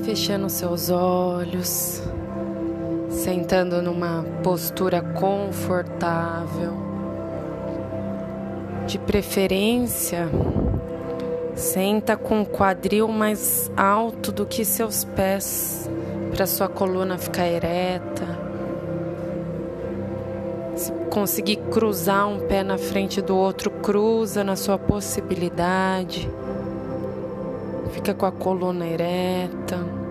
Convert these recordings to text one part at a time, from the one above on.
Fechando seus olhos, sentando numa postura confortável. De preferência, senta com o quadril mais alto do que seus pés, para sua coluna ficar ereta. Se conseguir cruzar um pé na frente do outro, cruza na sua possibilidade. Fica com a coluna ereta.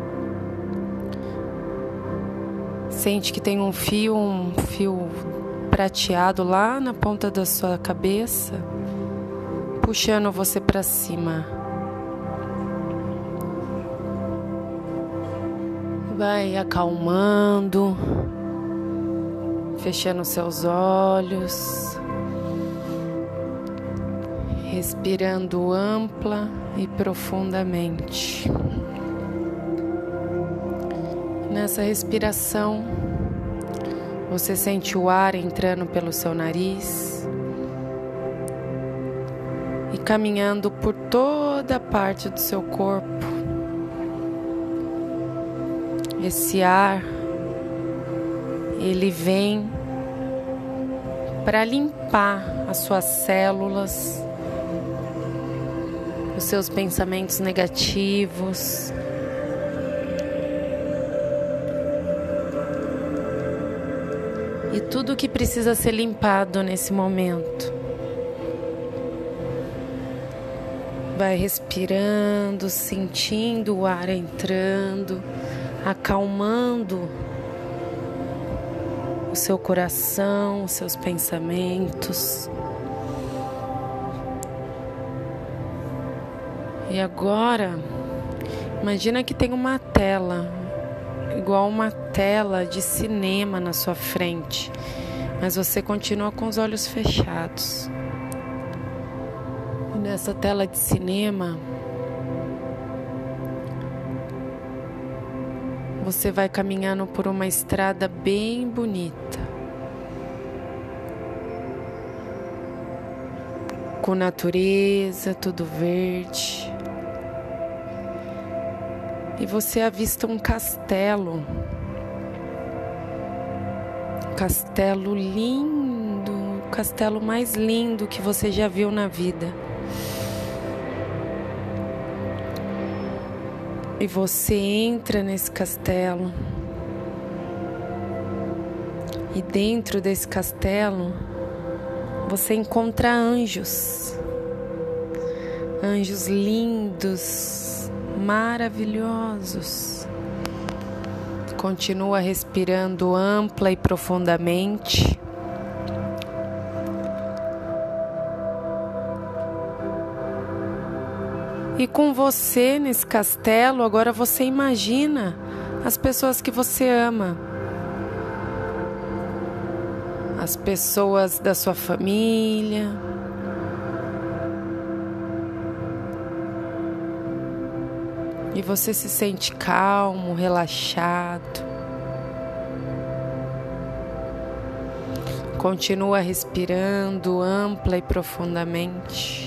Sente que tem um fio prateado lá na ponta da sua cabeça, puxando você para cima. Vai acalmando, fechando seus olhos, respirando ampla e profundamente. Nessa respiração, você sente o ar entrando pelo seu nariz e caminhando por toda a parte do seu corpo. Esse ar, ele vem para limpar as suas células, os seus pensamentos negativos, e tudo que precisa ser limpado nesse momento. Vai respirando, sentindo o ar entrando, acalmando o seu coração, os seus pensamentos. E agora, imagina que tem uma tela, igual uma tela de cinema na sua frente, mas você continua com os olhos fechados. E nessa tela de cinema, você vai caminhando por uma estrada bem bonita, com natureza, tudo verde. E você avista um castelo lindo, o castelo mais lindo que você já viu na vida. E você entra nesse castelo, e dentro desse castelo você encontra anjos lindos, maravilhosos. Continua respirando ampla e profundamente. E com você nesse castelo, agora você imagina as pessoas que você ama. As pessoas da sua família. E você se sente calmo, relaxado. Continua respirando ampla e profundamente.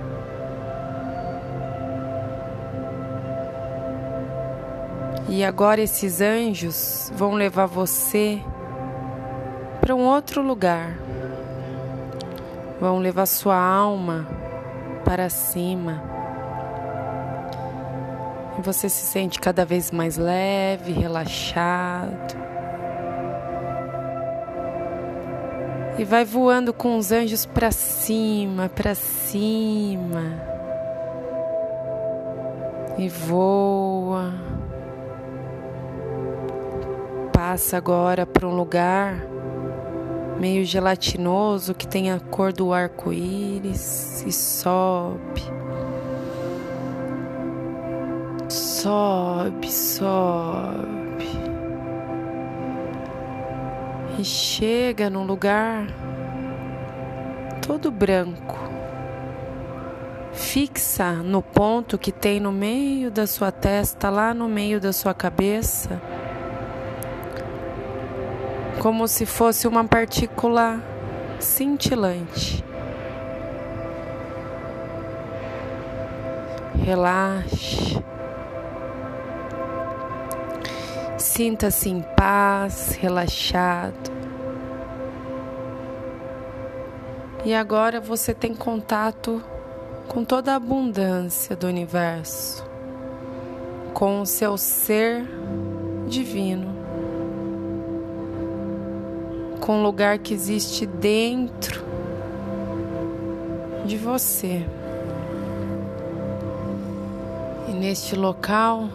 E agora esses anjos vão levar você para um outro lugar. Vão levar sua alma para cima. E você se sente cada vez mais leve, relaxado. E vai voando com os anjos para cima, para cima. E voa. Passa agora para um lugar meio gelatinoso que tem a cor do arco-íris e sobe. Sobe, sobe. E chega num lugar todo branco. Fixa no ponto que tem no meio da sua testa, lá no meio da sua cabeça, como se fosse uma partícula cintilante. Relaxe. Sinta-se em paz, relaxado. E agora você tem contato com toda a abundância do universo, com o seu ser divino, com o lugar que existe dentro de você. E neste local,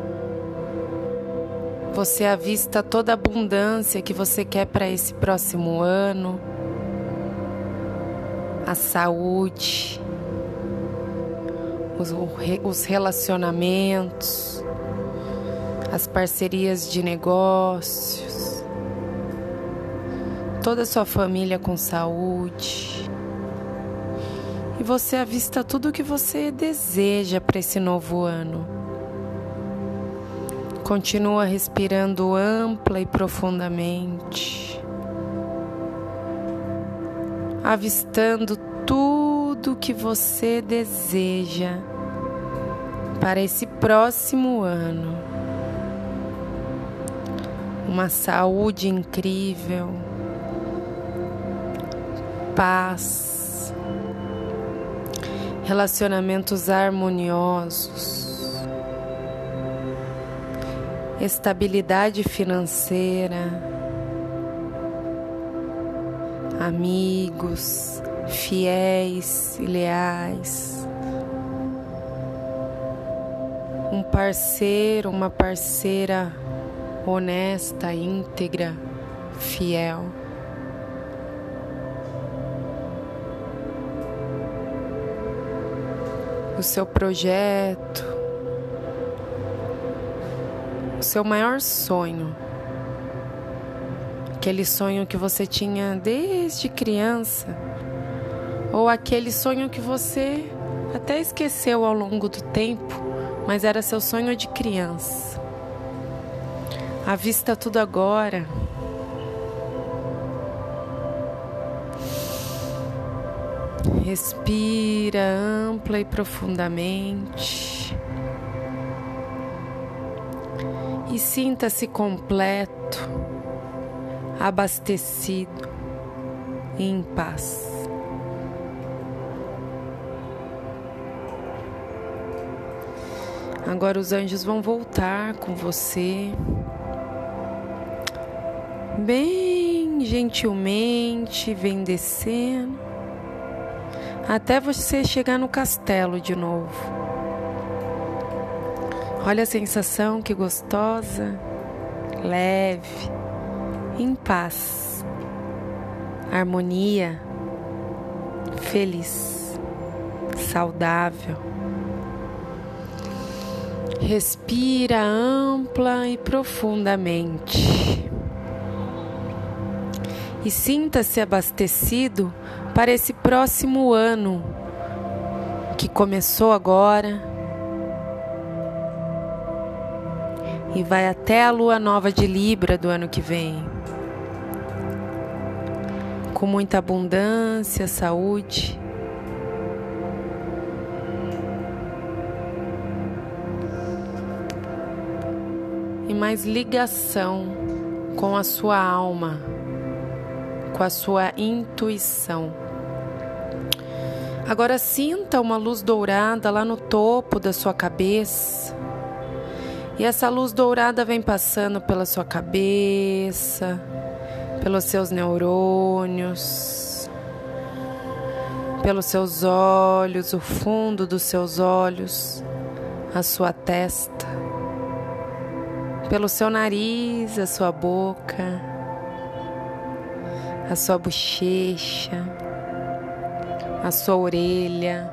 você avista toda a abundância que você quer para esse próximo ano, a saúde, os relacionamentos, as parcerias de negócios, toda a sua família com saúde. E você avista tudo o que você deseja para esse novo ano. Continua respirando ampla e profundamente, avistando tudo o que você deseja para esse próximo ano. Uma saúde incrível, paz, relacionamentos harmoniosos, estabilidade financeira, amigos fiéis e leais, um parceiro, uma parceira honesta, íntegra, fiel. O seu projeto, o seu maior sonho, aquele sonho que você tinha desde criança, ou aquele sonho que você até esqueceu ao longo do tempo, mas era seu sonho de criança. Avista tudo agora. Respira ampla e profundamente. E sinta-se completo, abastecido e em paz. Agora os anjos vão voltar com você, bem gentilmente, vem descendo, até você chegar no castelo de novo. Olha a sensação, que gostosa, leve, em paz, harmonia, feliz, saudável. Respira ampla e profundamente. E sinta-se abastecido para esse próximo ano que começou agora e vai até a lua nova de Libra do ano que vem, com muita abundância, saúde e mais ligação com a sua alma, com a sua intuição. Agora sinta uma luz dourada lá no topo da sua cabeça. E essa luz dourada vem passando pela sua cabeça, pelos seus neurônios, pelos seus olhos, o fundo dos seus olhos, a sua testa, pelo seu nariz, a sua boca, a sua bochecha, a sua orelha,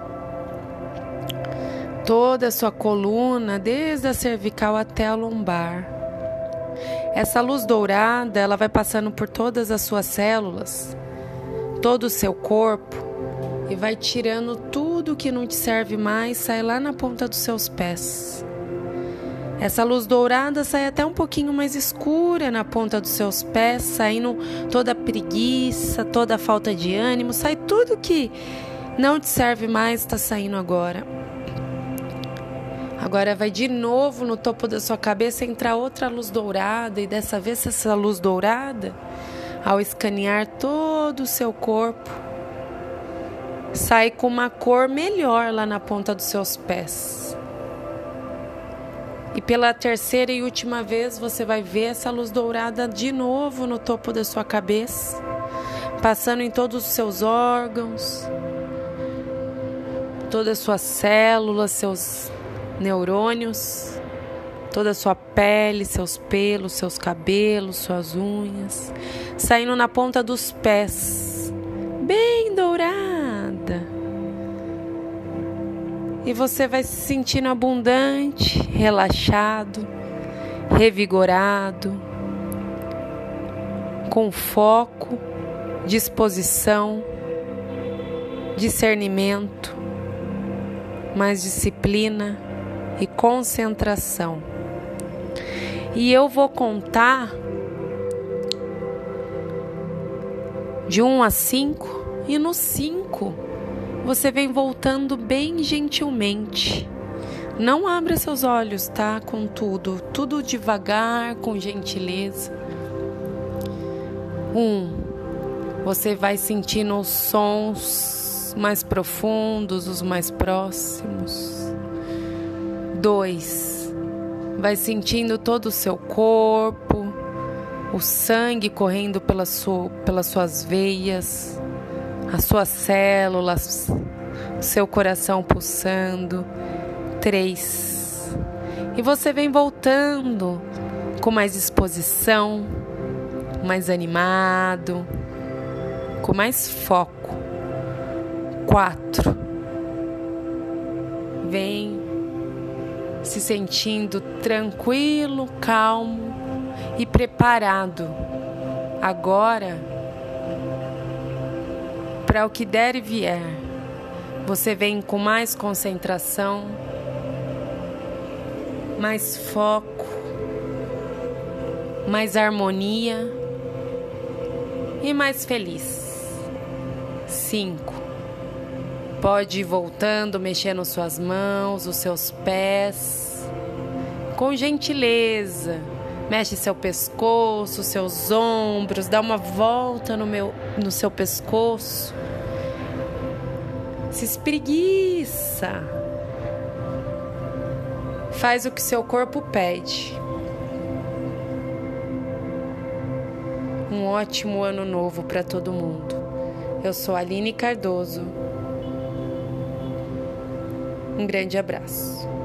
toda a sua coluna, desde a cervical até a lombar. Essa luz dourada, ela vai passando por todas as suas células, todo o seu corpo, e vai tirando tudo que não te serve mais, sai lá na ponta dos seus pés. Essa luz dourada sai até um pouquinho mais escura na ponta dos seus pés, saindo toda a preguiça, toda a falta de ânimo, sai tudo que não te serve mais, está saindo agora. Agora vai de novo no topo da sua cabeça entrar outra luz dourada, e dessa vez essa luz dourada, ao escanear todo o seu corpo, sai com uma cor melhor lá na ponta dos seus pés. E pela terceira e última vez você vai ver essa luz dourada de novo no topo da sua cabeça, passando em todos os seus órgãos, todas as suas células, seus neurônios, toda a sua pele, seus pelos, seus cabelos, suas unhas, saindo na ponta dos pés, bem dourada. E você vai se sentindo abundante, relaxado, revigorado, com foco, disposição, discernimento, mais disciplina e concentração. E eu vou contar de 1 a 5, e no 5 você vem voltando bem gentilmente. Não abra seus olhos, tá? Com tudo devagar, com gentileza. 1, você vai sentindo os sons mais profundos, os mais próximos. 2, vai sentindo todo o seu corpo, o sangue correndo pelas suas veias, as suas células, o seu coração pulsando. 3, e você vem voltando com mais disposição, mais animado, com mais foco. 4, vem se sentindo tranquilo, calmo e preparado agora para o que der e vier. Você vem com mais concentração, mais foco, mais harmonia e mais feliz. 5, pode ir voltando, mexendo suas mãos, os seus pés, com gentileza. Mexe seu pescoço, seus ombros, dá uma volta no seu pescoço. Se espreguiça. Faz o que seu corpo pede. Um ótimo ano novo para todo mundo. Eu sou Aline Cardoso. Um grande abraço.